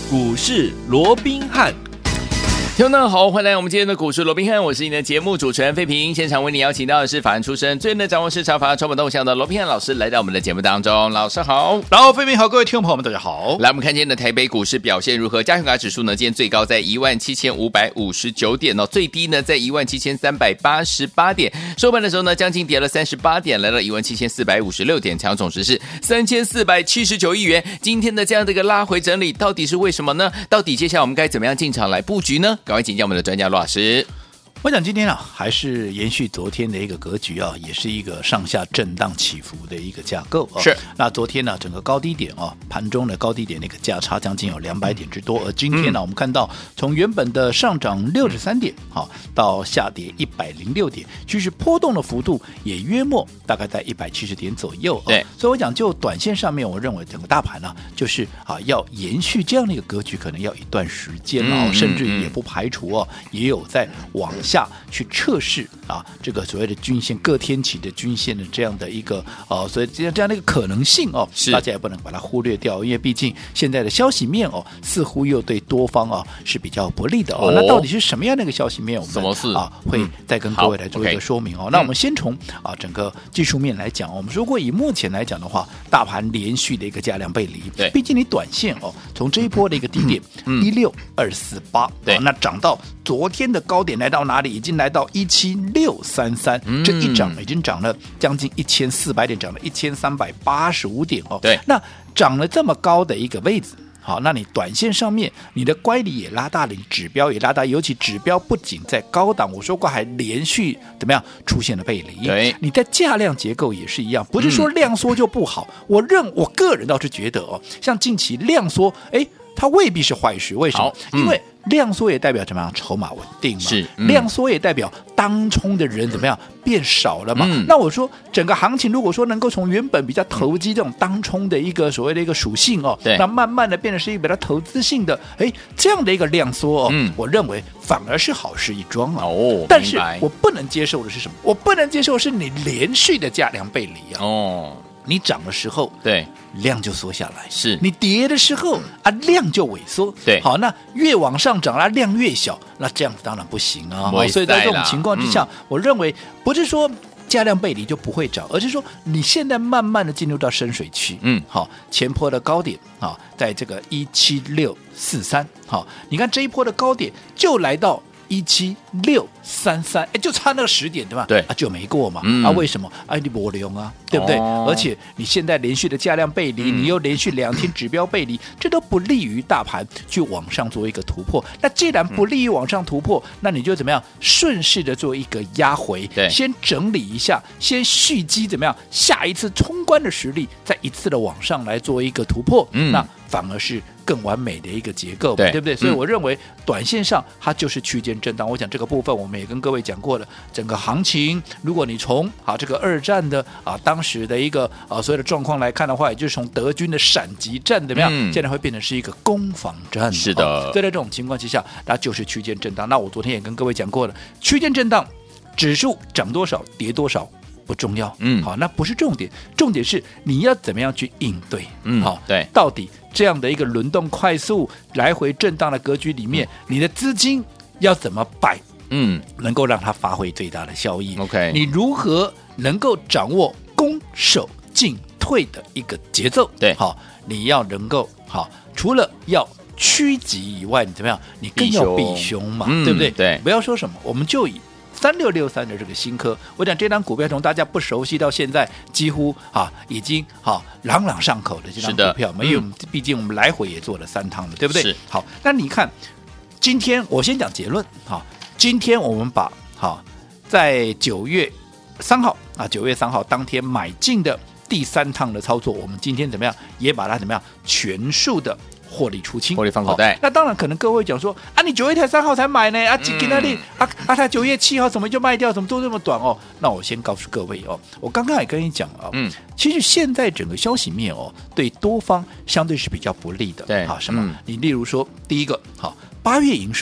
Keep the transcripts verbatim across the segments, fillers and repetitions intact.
股市罗宾汉。 听众们好，欢迎来到我们今天的股市罗宾汉，我是你的节目主持人费平。现场为你邀请到的是法案出身、最能掌握市场法案筹码动向的罗宾汉老师，来到我们的节目当中。老师好。 然后费平好，各位听众朋友们大家好。 来，我们看今天的台北股市表现如何？加权指数呢，今天最高在一万七千五百五十九点哦，最低呢在一万七千三百八十八点，收盘的时候呢，将近跌了三十八点，来到一万七千四百五十六点，成交总值是三千四百七十九亿元。今天的这样的一个拉回整理，到底是为什么呢？到底接下来我们该怎么样进场来布局呢？赶快请教我们的专家罗老师。 我想今天啊，还是延续昨天的一个格局啊，也是一个上下震荡起伏的一个架构啊。 是。 那昨天呢，整个高低点啊，盘中的高低点那个价差将近有两百点之多，而今天呢，嗯、我们看到从原本的上涨六十三点啊，到下跌一百零六点，其实波动的幅度也约莫大概在一百七十点左右。 对。 所以我讲就短线上面，我认为整个大盘呢、啊，就是啊要延续这样的一个格局，可能要一段时间啊、嗯，甚至也不排除哦、啊，也有在往下去测试啊，这个所谓的均线各天期的均线的这样的一个呃，所以这样这样的一个可能性哦，大家也不能把它忽略掉，因为毕竟现在的消息面哦，似乎又对多方啊是比较不利的哦。哦那到底是什么样的一个消息面？我们什么事啊会再跟各位来做一个说明哦。嗯、那我们先从啊整个技术面来讲，我们如果以目前来讲的话，大盘连续的一个价量背离， 对， 毕竟你短线哦，从这一波的一个低点一六二四八，对，那涨到昨天的高点来到哪里？已经来到一七六三三，这一涨已经涨了将近一千四百点，涨了一千三百八十五点哦。 对， 那涨了这么高的一个位置。好，那你短线上面你的乖离也拉大了，你指标也拉大，尤其指标不仅在高档，我说过还连续怎么样出现了背离。 对， 你在价量结构也是一样，不是说量缩就不好。嗯、我认我个人倒是觉得哦，像近期量缩，哎，它未必是坏事。为什么？嗯、因为量缩也代表怎么样？筹码稳定嘛。 是，嗯、 量缩也代表当冲的人怎么样变少了嘛？嗯、那我说整个行情如果说能够从原本比较投机这种当冲的一个所谓的一个属性哦， 对， 那慢慢的变成是一个比较投资性的，哎，这样的一个量缩哦，嗯、我认为反而是好事一桩啊。 哦， 但是我不能接受的是什么？我不能接受的是你连续的价量背离啊。 哦。 你涨的时候， 对量就缩下来； 是你跌的时候啊，量就萎缩。 对， 好，那越往上涨啊，量越小，那这样子当然不行啊。所以在这种情况之下，嗯、我认为不是说价量背离就不会涨，而是说你现在慢慢的进入到深水区。嗯，好，前波的高点啊，在这个一七六四三，好，你看这一波的高点就来到一七六三三，哎，就差那个十点对吧？ 对啊，就没过嘛。 嗯、 啊，为什么？啊，你没用啊，对不对？哦、而且你现在连续的价量背离，嗯、你又连续两天指标背离，这都不利于大盘去往上做一个突破。那既然不利于往上突破，嗯、那你就怎么样？顺势的做一个压回，先整理一下，先蓄积怎么样？下一次冲关的实力，再一次的往上来做一个突破，嗯、那反而是更完美的一个结构，对, 对不对？所以我认为短线上它就是区间震荡。我想这个部分我们也跟各位讲过了，整个行情，如果你从啊这个二战的啊当时的一个啊所有的状况来看的话，也就是从德军的闪击战怎么样，嗯、现在会变成是一个攻防战。 是的， 啊、所以在这种情况之下，它就是区间震荡。那我昨天也跟各位讲过了，区间震荡，指数涨多少跌多少不重要，嗯，好，那不是重点，重点是你要怎么样去应对， 嗯， 好， 对， 到底这样的一个轮动快速来回震荡的格局里面，嗯、你的资金要怎么摆， 嗯， 能够让它发挥最大的效益 ？OK， 你如何能够掌握攻守进退的一个节奏？ 对， 好，你要能够好，除了要趋吉以外，你怎么样？你更要避凶嘛， 嗯、 对不对？ 对， 不要说什么，我们就以三六六三的这个新科，我讲这张股票从大家不熟悉到现在几乎啊已经啊朗朗上口的这张股票，因为我们毕竟我们来回也做了三趟了，对不对？ 是。 好，那你看今天我先讲结论，好，今天我们把好在九月三号啊九月三号当天买进的第三趟的操作，我们今天怎么样也把它怎么样全数的获利出清， 获利放口袋。 那当然，可能各位讲说啊，你九月才三号才买呢，啊，今天那里啊啊，他九月七号怎么就卖掉？怎么做这么短哦？那我先告诉各位哦，我刚刚也跟你讲啊，嗯，其实现在整个消息面哦，对多方相对是比较不利的。 对， 好，什么？嗯、你例如说，第一个，好，八月营收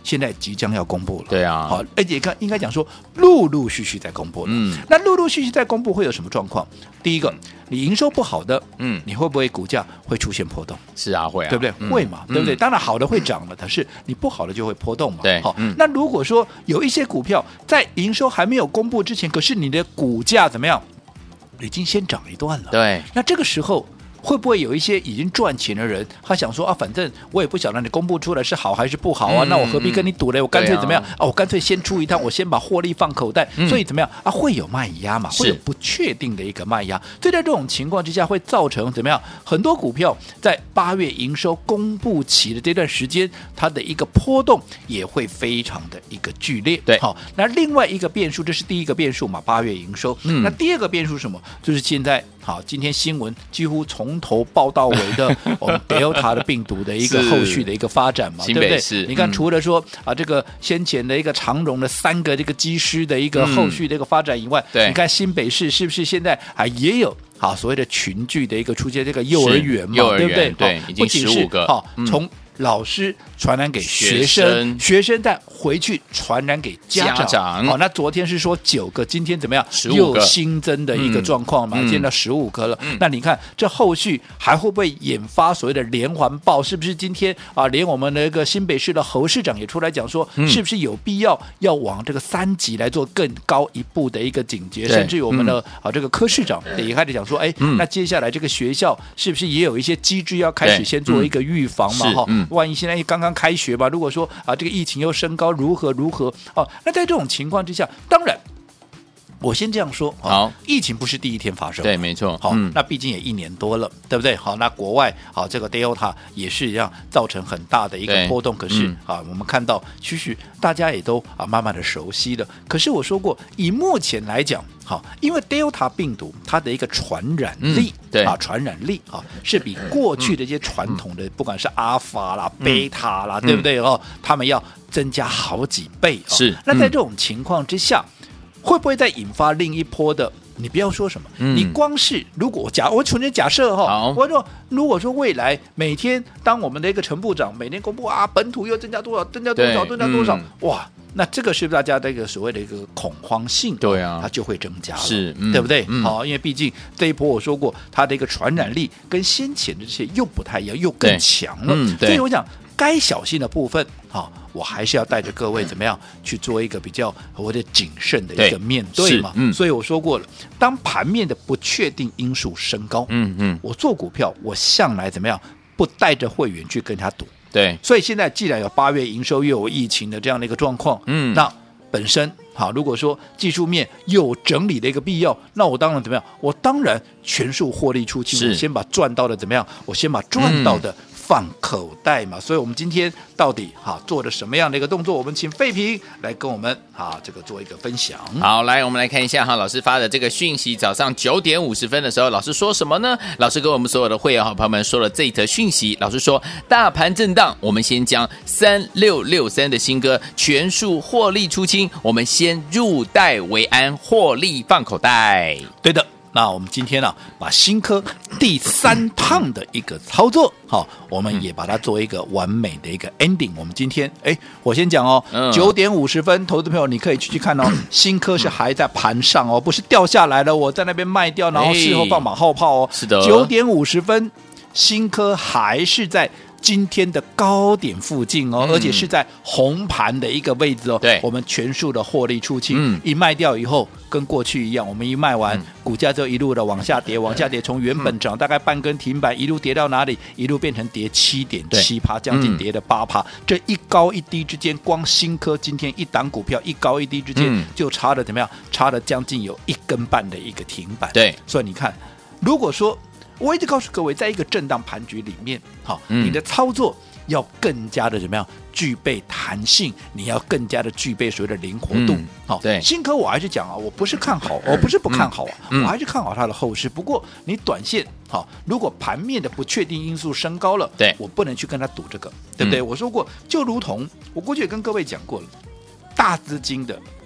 现在即将要公布了。 对啊， 好，而且看应该讲说陆陆续续在公布了。 嗯， 那陆陆续续在公布会有什么状况？第一个，你营收不好的， 嗯， 你会不会股价会出现波动？ 是啊，会啊， 对不对？ 嗯、 会嘛，对不对？ 嗯、 当然好的会涨了，可是你不好的就会波动嘛。 对， 好、 嗯， 那如果说有一些股票在营收还没有公布之前，可是你的股价怎么样？已经先涨一段了。 对， 那这个时候会不会有一些已经赚钱的人，他想说啊，反正我也不晓得你公布出来是好还是不好啊，嗯、那我何必跟你赌嘞？我干脆怎么样啊, 啊？我干脆先出一趟，我先把获利放口袋。嗯、所以怎么样啊？会有卖压嘛？会有不确定的一个卖压。所以在这种情况之下，会造成怎么样？很多股票在八月营收公布期的这段时间，它的一个波动也会非常的一个剧烈。 对， 好，那另外一个变数，这是第一个变数嘛，八月营收。嗯，那第二个变数是什么？就是现在。好，今天新闻几乎从头报到尾的我们 Delta 的病毒的一个后续的一个发展嘛，对不对？你看，除了说、嗯、啊这个先前的一个长荣的三个这个机师的一个后续的一个发展以外， 嗯、 你看新北市是不是现在啊也有好所谓的群聚的一个出现这个幼儿园嘛， 幼儿园对不对？ 对，已经十五个。 好，从、嗯老师传染给学生， 学生, 学生再回去传染给家长。 家长好，那昨天是说九个，今天怎么样？ 又新增的一个状况嘛， 嗯、 见到十五个了、 嗯。 那你看这后续还会不会引发所谓的连环爆？是不是今天啊，连我们的一个新北市的侯市长也出来讲说， 嗯、 是不是有必要要往这个三级来做更高一步的一个警觉？甚至于我们的、嗯、啊这个柯市长也开始讲说，哎、嗯，那接下来这个学校是不是也有一些机制要开始先做一个预防嘛？哈、嗯，万一现在刚刚开学吧，如果说啊这个疫情又升高，如何如何哦？那在这种情况之下，当然。我先这样说， 好， 疫情不是第一天发生， 对，没错， 好、 嗯， 那毕竟也一年多了，对不对？好，那国外好这个 Delta 也是一样造成很大的一个波动，可是、嗯、啊，我们看到其实大家也都啊慢慢的熟悉了。可是我说过，以目前来讲，好，因为 Delta 病毒它的一个传染力， 嗯、对啊，传染力啊是比过去的一些传统的，嗯、不管是阿法啦、嗯、贝塔啦，对不对哦？他们要增加好几倍、哦， 是。 那在这种情况之下。会不会再引发另一波的？你不要说什么，嗯、你光是如果假我纯粹假设哈，我说如果说未来每天当我们的一个陈部长每年公布啊，本土又增加多少，增加多少，增加多少，嗯、哇，那这个是不是大家的一个所谓的一个恐慌性？ 对啊， 它就会增加了， 是， 嗯、对不对？好、 嗯哦，因为毕竟这一波我说过，它的一个传染力跟先前的这些又不太一样，又更强了， 嗯、 所以我讲该小心的部分，好、哦。我还是要带着各位怎么样去做一个比较我的谨慎的一个面对嘛， 嗯、 所以我说过了，当盘面的不确定因素升高， 嗯嗯， 我做股票我向来怎么样不带着会员去跟他赌， 对， 所以现在既然有八月营收又有疫情的这样的一个状况， 嗯， 那本身好，如果说技术面又有整理的一个必要，那我当然怎么样？我当然全数获利出清，我先把赚到的怎么样？我先把赚到的。嗯放口袋嘛，所以我们今天到底哈做了什么样的一个动作？我们请废平来跟我们啊这个做一个分享。 好，来我们来看一下哈，老师发的这个讯息，早上九点五十分的时候，老师说什么呢？老师跟我们所有的会员好朋友们说了这一则讯息，老师说大盘震荡，我们先将三六六三的新歌全数获利出清，我们先入袋为安，获利放口袋。 对的。那我们今天呢、啊，把新科第三趟的一个操作，好，我们也把它做一个完美的一个 ending。我们今天，哎，我先讲哦，九点五十分，投资朋友你可以去去看哦，新科是还在盘上哦，不是掉下来了，我在那边卖掉，然后事后放马后炮哦。 是的， 九点五十分，新科还是在。今天的高点附近哦，嗯、而且是在红盘的一个位置哦。 对， 我们全数的获利出清， 嗯、 一卖掉以后，跟过去一样，我们一卖完，嗯、股价就一路的往下跌，往下跌，从原本涨大概半根停板，一路跌到哪里？一路变成跌七点七趴，将近跌了八趴。这一高一低之间，光新科今天一档股票一高一低之间，嗯、就差了怎么样？差了将近有一根半的一个停板。 对， 所以你看，如果说。我一直告诉各位，在一个震荡盘局里面，好， 嗯、 你的操作要更加的怎么样？具备弹性，你要更加的具备所谓的灵活度。 嗯、 好， 对， 新科我还是讲啊，我不是看好，我不是不看好啊， 嗯、 我还是看好它的后市。不过你短线好，如果盘面的不确定因素升高了， 对， 我不能去跟他赌这个，对不对？嗯、我说过，就如同我过去也跟各位讲过了，大资金的。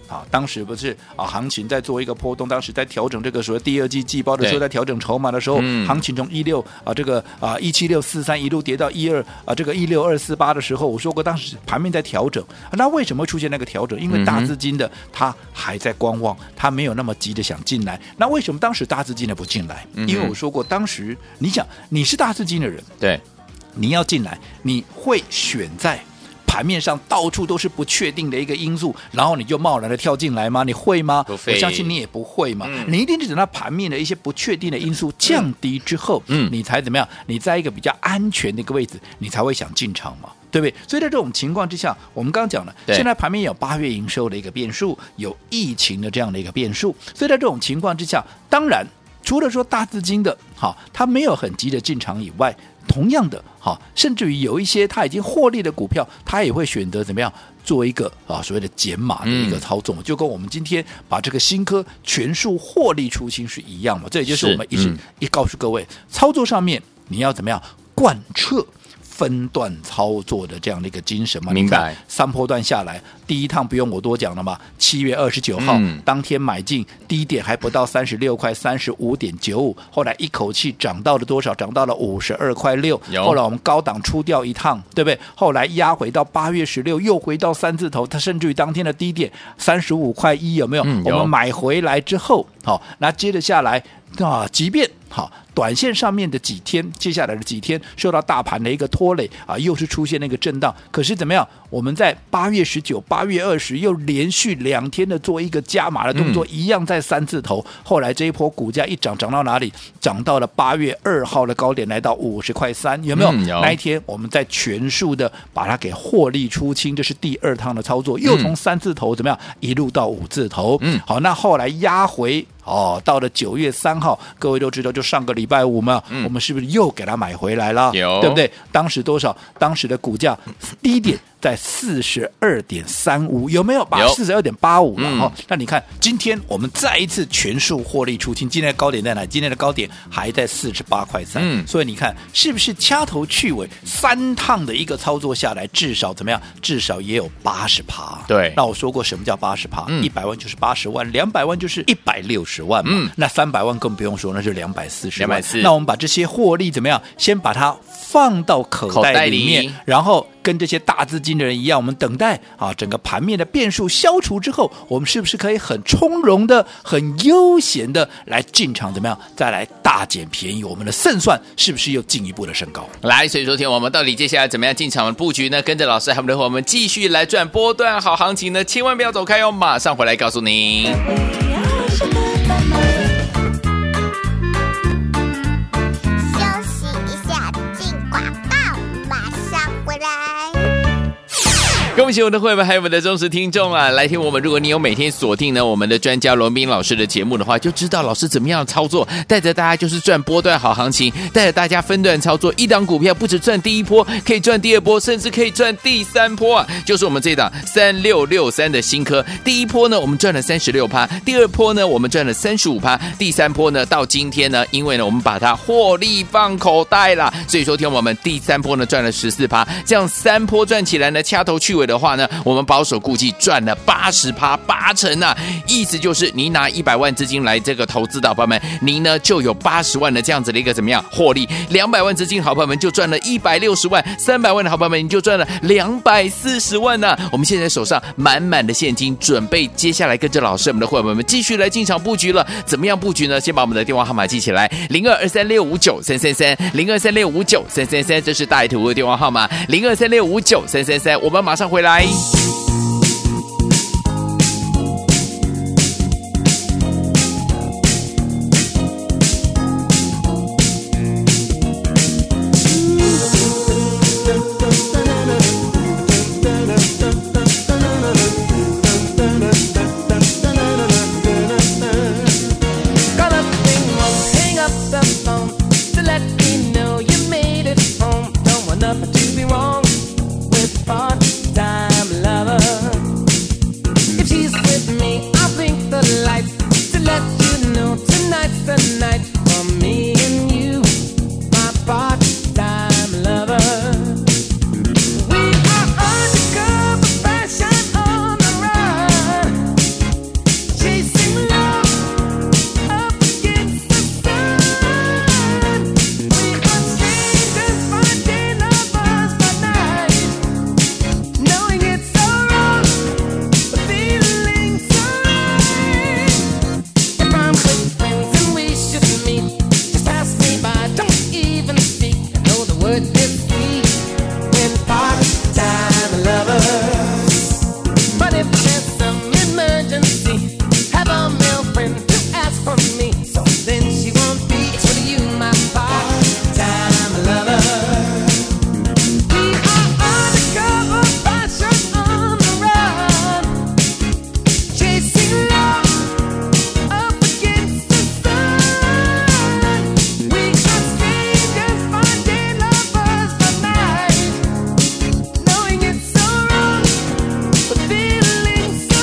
啊，当时不是啊，行情在做一个波动，当时在调整这个所谓第二季季报的时候，在调整筹码的时候，嗯、行情从一六啊这个啊一七六四三一路跌到一二啊这个一六二四八的时候，我说过当时盘面在调整，啊、那为什么会出现那个调整？因为大资金的他还在观望，他没有那么急的想进来。那为什么当时大资金的不进来？嗯、因为我说过，当时你想你是大资金的人， 对， 你要进来，你会选在盘面上到处都是不确定的一个因素，然后你就贸然的跳进来吗？你会吗？我相信你也不会嘛。嗯、你一定是等到盘面的一些不确定的因素降低之后，嗯，你才怎么样？你在一个比较安全的一个位置，你才会想进场嘛。对不对？所以在这种情况之下，我们刚刚讲了，现在盘面有八月营收的一个变数，有疫情的这样的一个变数，所以在这种情况之下，当然除了说大资金的，好，他没有很急的进场以外，同样的，好，甚至于有一些他已经获利的股票，他也会选择怎么样做一个啊所谓的减码的一个操作，嗯、就跟我们今天把这个新科全数获利出清是一样嘛。这也就是我们一直、嗯、一告诉各位，操作上面你要怎么样贯彻分段操作的这样的一个精神嘛。 明白。 三波段下来，第一趟不用我多讲了嘛。七月二十九号、嗯、当天买进，低点还不到三十六块，三十五点九五，后来一口气涨到了多少？涨到了五十二块六。后来我们高档出掉一趟，对不对？后来压回到八月十六，又回到三字头，它甚至于当天的低点三十五块一，有没有？嗯、有我们买回来之后，好，那接着下来啊，即便好。短线上面的几天，接下来的几天受到大盘的一个拖累啊，又是出现那个震荡。可是怎么样？我们在八月十九、八月二十又连续两天的做一个加码的动作，嗯、一样在三字头。后来这一波股价一涨，涨到哪里？涨到了八月二号的高点，来到五十块三，有没有？嗯、有那一天我们在全数的把它给获利出清，这是第二趟的操作，又从三字头怎么样一路到五字头。嗯，好，那后来压回哦，到了九月三号，各位都知道，就上个礼拜。礼拜五嘛、嗯，我们是不是又给它买回来了？对不对？当时多少？当时的股价低点在四十二点三五，有没有？把四十二点八五了哈。那你看，今天我们再一次全数获利出清，今天的高点在哪？今天的高点还在四十八块三。嗯，所以你看，是不是掐头去尾三趟的一个操作下来，至少怎么样？至少也有八十趴。 对， 那我说过什么叫八十趴？一百万就是八十万，两百万就是一百六十万嘛。嗯，那三百万更不用说，那就两百四十万。那我们把这些获利怎么样？先把它放到口袋里面，里然后跟这些大资金的人一样，我们等待啊整个盘面的变数消除之后，我们是不是可以很从容的、很悠闲的来进场？怎么样？再来大捡便宜，我们的胜算是不是又进一步的升高？ 来，所以昨天我们到底接下来怎么样进场布局呢？跟着老师还有我们继续来赚波段好行情呢？千万不要走开哦，马上回来告诉您。恭喜我们的会员还有我们的忠实听众啊！来听我们，如果你有每天锁定呢我们的专家罗宾老师的节目的话，就知道老师怎么样操作，带着大家就是赚波段好行情，带着大家分段操作，一档股票不止赚第一波，可以赚第二波，甚至可以赚第三波啊！就是我们这档三六六三的新科，第一波呢我们赚了三十六趴，第二波呢我们赚了三十五趴，第三波呢到今天呢，因为呢我们把它获利放口袋啦，所以说听我们第三波呢赚了十四趴，这样三波赚起来呢，掐头去尾的话呢，我们保守估计赚了八十趴，八成啊！意思就是你拿一百万资金来这个投资的好朋友们，您呢就有八十万的这样子的一个怎么样获利？两百万资金好朋友们就赚了一百六十万，三百万的好朋友们你就赚了两百四十万呢、啊！我们现在手上满满的现金，准备接下来跟着老师我们的伙伴们继续来进场布局了。怎么样布局呢？先把我们的电话号码记起来：零二二三六五九三三三，零二三六五九三三三，这是大图的电话号码，零二三六五九三三三。我们马上回来。 Part-time lover But it's sweet when part-time lovers. But if there's some emergency, have a male friend to ask for me. So then she won't be with you, my part-time lover. We are undercover fashion on the run, chasing love up against the sun. We are strangers by day, lovers by night, knowing it's so wrong, but feeling so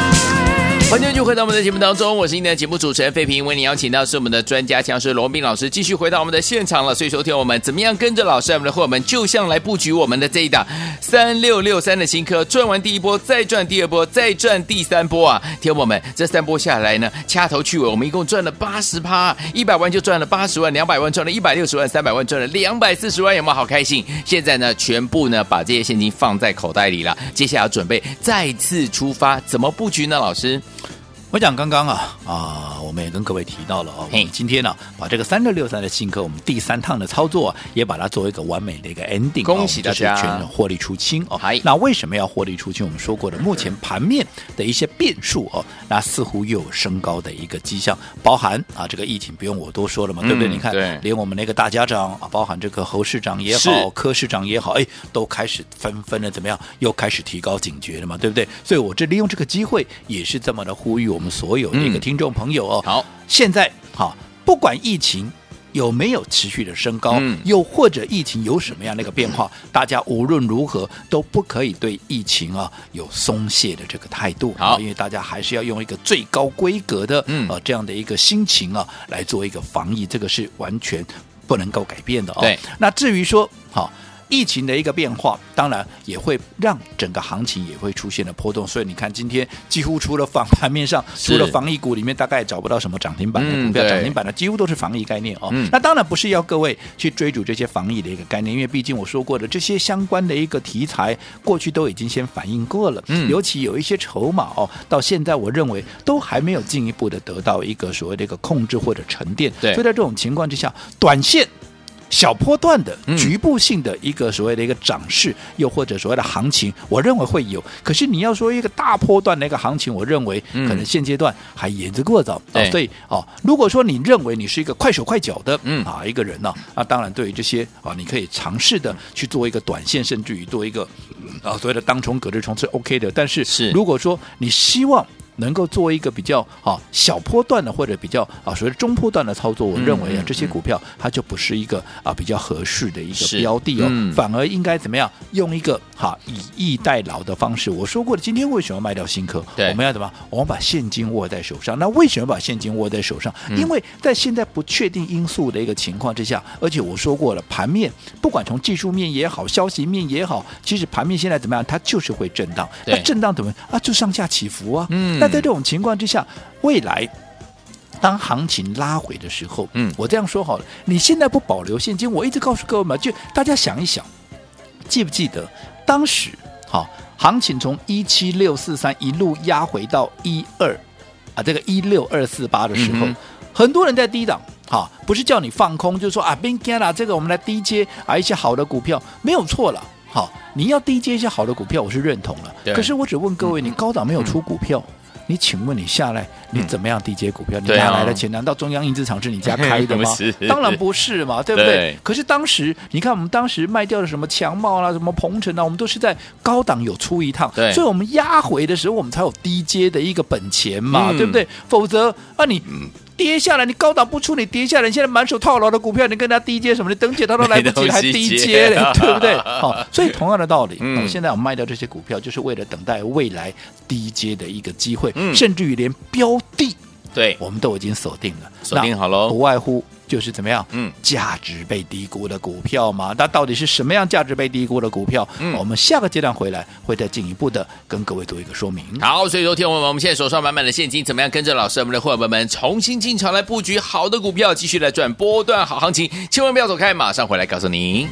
right. 欢迎继续回到我们的节目当中，我是今天的节目主持人费平，为您邀请到是我们的专家强势罗宾老师，继续回到我们的现场了。所以说，听我们怎么样跟着老师，我们的伙伴们就像来布局我们的这一档三六六三的新科，赚完第一波，再赚第二波，再赚第三波啊！听我们这三波下来呢，掐头去尾，我们一共赚了八十趴，一百万就赚了八十万，两百万赚了一百六十万，三百万赚了两百四十万，有没有好开心？现在呢，全部呢把这些现金放在口袋里了，接下来准备再次出发，怎么布局呢？老师？ 我讲刚刚啊啊，我们也跟各位提到了哦，我们今天呢、啊、把这个三六六三的新科，我们第三趟的操作、啊、也把它作为一个完美的一个 ending， 恭喜大家， 哦、就是全获利出清哦。 嗨， 那为什么要获利出清？我们说过了，目前盘面的一些变数哦，那似乎又有升高的一个迹象，包含啊这个疫情不用我多说了嘛，嗯、对不对？你看，对，连我们那个大家长啊，包含这个侯市长也好，柯市长也好，哎，都开始纷纷的怎么样，又开始提高警觉了嘛，对不对？所以我这利用这个机会，也是这么的呼吁我们所有的一个、嗯。听众朋友哦， 好， 现在好，不管疫情有没有持续的升高，嗯、又或者疫情有什么样的一个变化，嗯、大家无论如何都不可以对疫情啊有松懈的这个态度， 好， 因为大家还是要用一个最高规格的、嗯、呃这样的一个心情啊来做一个防疫，这个是完全不能够改变的哦。 对， 那至于说好。疫情的一个变化，当然也会让整个行情也会出现了波动，所以你看今天几乎除了防盘面上，除了防疫股里面，大概也找不到什么涨停板的股票，涨、嗯、停板的几乎都是防疫概念哦、嗯。那当然不是要各位去追逐这些防疫的一个概念，因为毕竟我说过的这些相关的一个题材，过去都已经先反映过了，嗯、尤其有一些筹码哦，到现在我认为都还没有进一步的得到一个所谓的一个控制或者沉淀，所以在这种情况之下，短线。小波段的局部性的一个所谓的一个涨势、嗯、又或者所谓的行情，我认为会有，可是你要说一个大波段的一个行情，我认为可能现阶段还言之过早、嗯哦、所以哦，如果说你认为你是一个快手快脚的、嗯、啊一个人呢、啊，那当然对于这些啊，你可以尝试的去做一个短线，甚至于做一个啊所谓的当冲隔日冲是 OK 的，但是是如果说你希望能够做一个比较啊小波段的或者比较啊所谓的中波段的操作，我认为啊、嗯、这些股票它就不是一个啊比较合适的一个标的哦、嗯，反而应该怎么样用一个哈以逸待劳的方式。我说过了，今天为什么要卖掉新科？我们要怎么？我们把现金握在手上。那为什么把现金握在手上？嗯、因为在现在不确定因素的一个情况之下，而且我说过了，盘面不管从技术面也好，消息面也好，其实盘面现在怎么样，它就是会震荡。那震荡怎么啊？就上下起伏啊。嗯。那在这种情况之下，未来当行情拉回的时候，嗯，我这样说好了，你现在不保留现金，我一直告诉各位嘛，就大家想一想，记不记得当时好行情从一七六四三一路压回到一二啊，这个一六二四八的时候，嗯、很多人在低档。好，不是叫你放空，就是说啊，别干啦，这个我们来低接啊一些好的股票，没有错了。好，你要低接一些好的股票，我是认同了。可是我只问各位，嗯、你高档没有出股票？嗯你请问你下来你怎么样低接股票？嗯、你哪来的钱？难道中央印制厂是你家开的吗？当然不是嘛，对不对？对，可是当时你看，我们当时卖掉了什么强茂啦、什么鹏程啊，我们都是在高档有出一趟，所以我们压回的时候，我们才有低接的一个本钱嘛，嗯、对不对？否则啊你。嗯跌下来，你高档不出，你跌下来，你现在满手套牢的股票，你跟他低接什么？你等解他都来不及，还低接了，对不对？好、哦，所以同样的道理，我、嗯、现在我卖掉这些股票，就是为了等待未来低接的一个机会，嗯、甚至于连标的， 对， 我们都已经锁定了， 锁定好喽， 不外乎。就是怎么样？嗯，价值被低估的股票嘛，那到底是什么样价值被低估的股票？嗯，我们下个阶段回来会再进一步的跟各位做一个说明。 好，所以说听我们，我们现在手上满满的现金，怎么样跟着老师我们的伙伴们重新进场来布局好的股票，继续来赚波段好行情？千万不要走开，马上回来告诉您。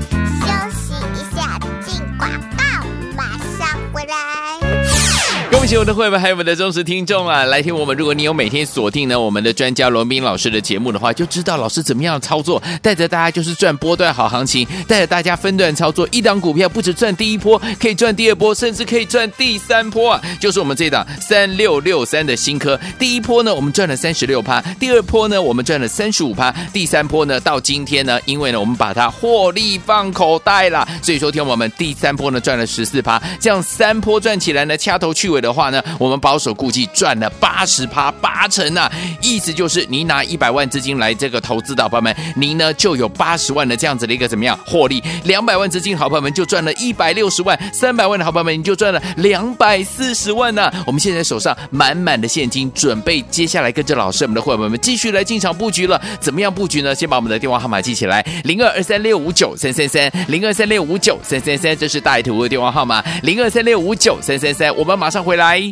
恭喜喜我们的会员还有我们的忠实听众啊！来听我们，如果你有每天锁定呢我们的专家罗宾老师的节目的话，就知道老师怎么样操作，带着大家就是赚波段好行情，带着大家分段操作，一档股票不止赚第一波，可以赚第二波，甚至可以赚第三波啊！就是我们这档三六六三的新科，第一波呢我们赚了三十六趴，第二波呢我们赚了三十五趴，第三波呢到今天呢，因为呢我们把它获利放口袋啦，所以说听我们第三波呢赚了十四趴，这样三波赚起来呢，掐头去尾的话呢，我们保守估计赚了八十趴，八成啊！意思就是你拿一百万资金来这个投资的好朋友们，您呢就有八十万的这样子的一个怎么样获利？两百万资金好朋友们就赚了一百六十万，三百万的好朋友们你就赚了两百四十万呢、啊！我们现在手上满满的现金，准备接下来跟着老师我们的伙伴们继续来进场布局了。怎么样布局呢？先把我们的电话号码记起来：零二二三六五九三三三，零二三六五九三三三，这是大爱图的电话号码，零二三六五九三三三。我们马上回来。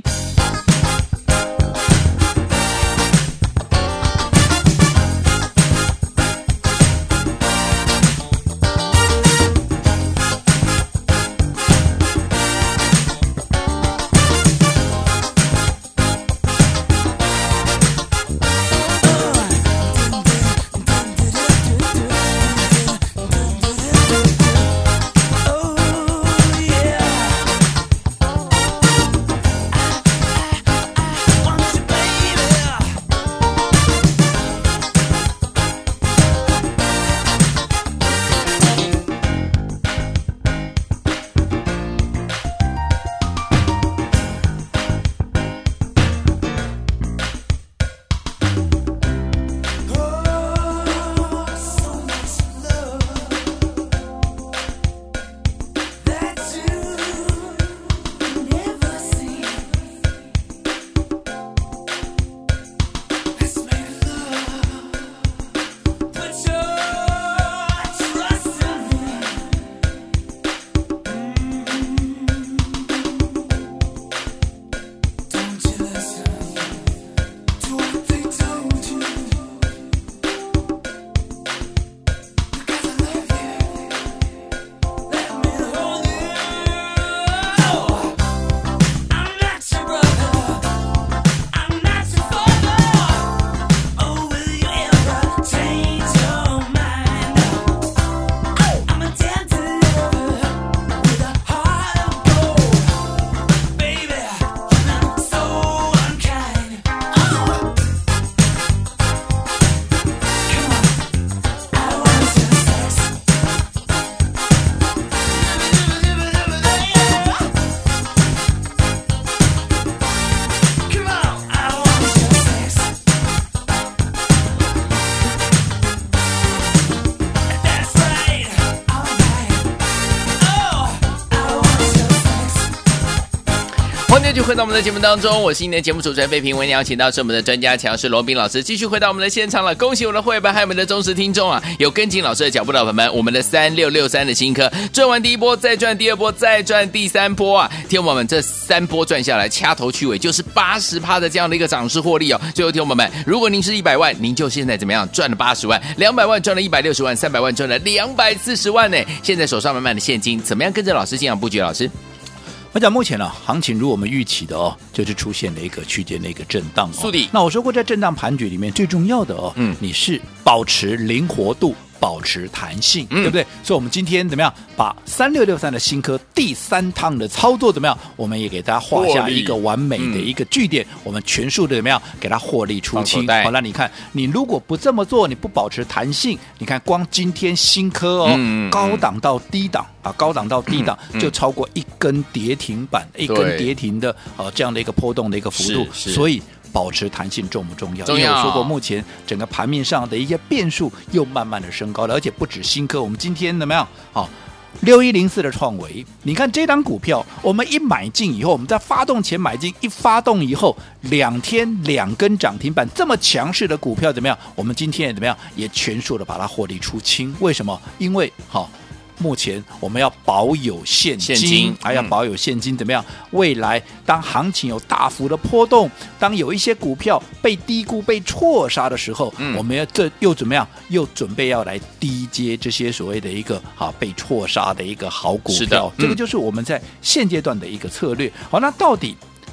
欢迎继续回到我们的节目当中，我是今天的节目主持人费平，为您邀请到是我们的专家强势罗宾老师，继续回到我们的现场了。恭喜我们的会员还有我们的忠实听众啊，有跟紧老师的脚步的朋友们，我们的三六六三的新科赚完第一波，再赚第二波，再赚第三波啊！听我们这三波赚下来，掐头去尾就是八十趴的这样的一个涨势获利哦。最后听我们，如果您是一百万，您就现在怎么样赚了八十万，两百万赚了一百六十万，三百万赚了两百四十万呢？现在手上满满的现金，怎么样跟着老师进场布局？老师？ 我讲目前呢、啊，行情如我们预期的哦，就是出现了一个区间的一个震荡哦。那我说过，在震荡盘局里面最重要的哦，嗯，你是保持灵活度。保持弹性，嗯、对不对？所以，我们今天怎么样把三六六三的新科第三趟的操作怎么样？我们也给大家画下一个完美的一个句点，嗯、我们全数的怎么样给它获利出清？好，那你看，你如果不这么做，你不保持弹性，你看光今天新科哦，嗯、高档到低档啊，高档到低档、嗯、就超过一根跌停板，嗯、一根跌停的呃这样的一个波动的一个幅度，所以。保持弹性重不重要？ 重要。 因为我说过，目前整个盘面上的一些变数又慢慢的升高了，而且不止新科，我们今天怎么样？好，六一零四的创维，你看这档股票，我们一买进以后，我们在发动前买进，一发动以后，两天两根涨停板，这么强势的股票怎么样？我们今天也怎么样？也全数的把它获利出清。为什么？因为好。目前我们要保有现金， 现金还要保有现金，怎么样？未来当行情有大幅的波动，当有一些股票被低估、被错杀的时候，嗯、我们要这又怎么样？又准备要来低接这些所谓的一个好被错杀的一个好股票。 是的，嗯、 这个就是我们在现阶段的一个策略。好，那到底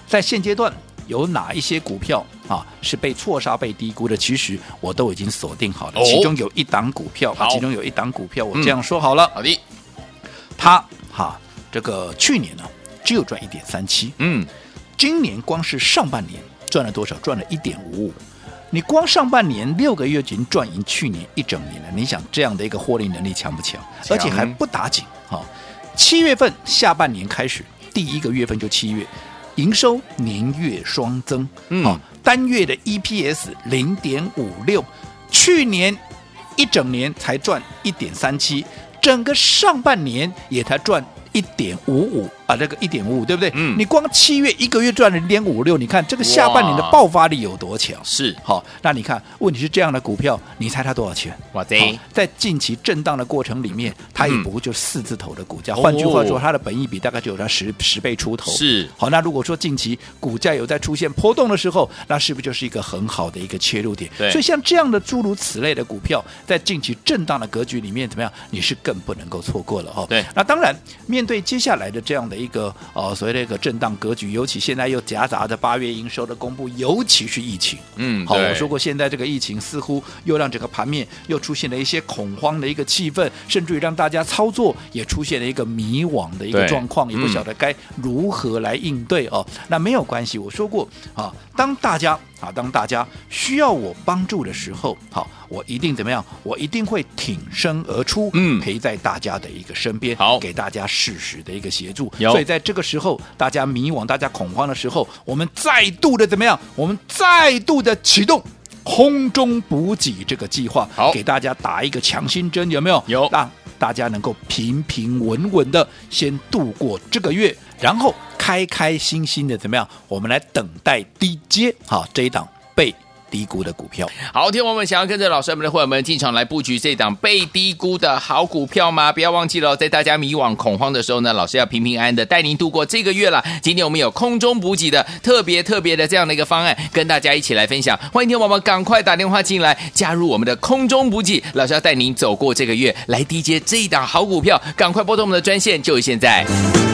在现阶段有哪一些股票啊是被错杀、被低估的？其实我都已经锁定好了， 哦、 其中有一档股票啊，其中有一档股票，我这样说好了， 嗯、好的， 它哈这个去年呢只有赚一点三七， 嗯， 今年光是上半年赚了多少？赚了一点五五。你光上半年六个月已经赚赢去年一整年了，你想这样的一个获利能力强不强？而且还不打紧哈。七月份下半年开始，第一个月份就七月，营收年月双增， 嗯， 哦、单月的 E P S 零点五六，去年一整年才赚一点三七，整个上半年也才赚一点五五啊，这个一点五五对不对？ 嗯， 你光七月一个月赚了零点五六，你看这个下半年的爆发力有多强？ 是好，那你看，问题是这样的股票，你猜它多少钱？ 哇塞， 在近期震荡的过程里面，它也不过就四字头的股价， 嗯、 换句话说，它的本益比大概就有它十十倍出头。 是好，那如果说近期股价有在出现波动的时候，那是不是就是一个很好的一个切入点？ 对， 所以像这样的诸如此类的股票，在近期震荡的格局里面，怎么样？你是更不能够错过了哈。 对， 那当然，面对接下来的这样的一个呃所谓的一个震荡格局，尤其现在又夹杂着八月营收的公布，尤其是疫情。 嗯， 好，我说过，现在这个疫情似乎又让整个盘面又出现了一些恐慌的一个气氛，甚至于让大家操作也出现了一个迷惘的一个状况，也不晓得该如何来应对哦。那没有关系，我说过啊，当大家啊，当大家需要我帮助的时候，好，我一定怎么样？我一定会挺身而出， 嗯， 陪在大家的一个身边， 好， 给大家适时的一个协助。 有， 所以在这个时候，大家迷惘、大家恐慌的时候，我们再度的怎么样？我们再度的启动空中补给这个计划， 好， 给大家打一个强心针，有没有？ 有， 让大家能够平平稳稳的先度过这个月，然后开开心心的怎么样？我们来等待低接，好，这一档被低估的股票。 好，听众朋友们，想要跟着老师们的伙伴们进场来布局这档被低估的好股票吗？不要忘记了，在大家迷惘恐慌的时候呢，老师要平平安安的带您度过这个月了。今天我们有空中补给的特别特别的这样的一个方案，跟大家一起来分享。欢迎听众朋友们赶快打电话进来，加入我们的空中补给，老师要带您走过这个月，来低接这一档好股票。赶快拨通我们的专线，就是现在。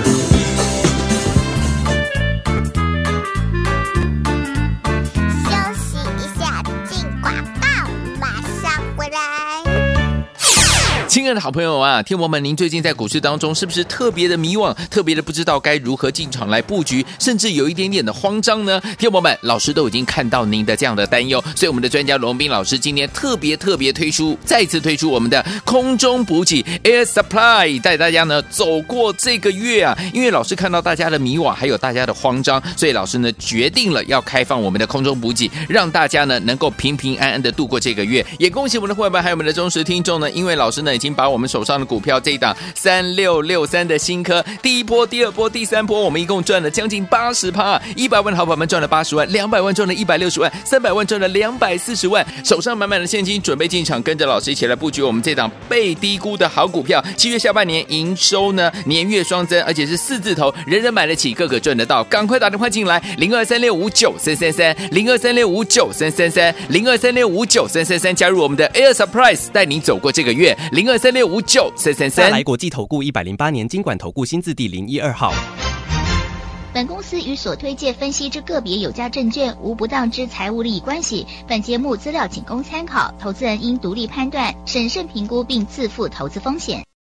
亲爱的好朋友啊，天王们，您最近在股市当中是不是特别的迷惘，特别的不知道该如何进场来布局，甚至有一点点的慌张呢？天王们，老师都已经看到您的这样的担忧，所以我们的专家罗文彬老师今天特别特别推出，再次推出我们的空中补给 Air Supply， 带大家呢走过这个月啊。因为老师看到大家的迷惘，还有大家的慌张，所以老师呢决定了要开放我们的空中补给，让大家呢能够平平安安的度过这个月。也恭喜我们的伙伴还有我们的忠实听众呢，因为老师呢已经把我们手上的股票这一档三六六三的新科，第一波、第二波、第三波，我们一共赚了将近八十趴，一百万的好朋友们赚了八十万，两百万赚了一百六十万，三百万赚了两百四十万，手上满满的现金，准备进场，跟着老师一起来布局我们这档被低估的好股票。七月下半年营收呢年月双增，而且是四字头，人人买得起，个个赚得到。赶快打电话进来，零二三六五九三三三，零二三六五九三三三，零二三六五九三三三，加入我们的 Air Surprise， 带您走过这个月。零二三六五九三三三。 再来国际投顾一百零八年金管投顾新字第零一二号。 本公司与所推介分析之个别有价证券无不当之财务利益关系。本节目资料仅供参考，投资人应独立判断、审慎评估并自负投资风险。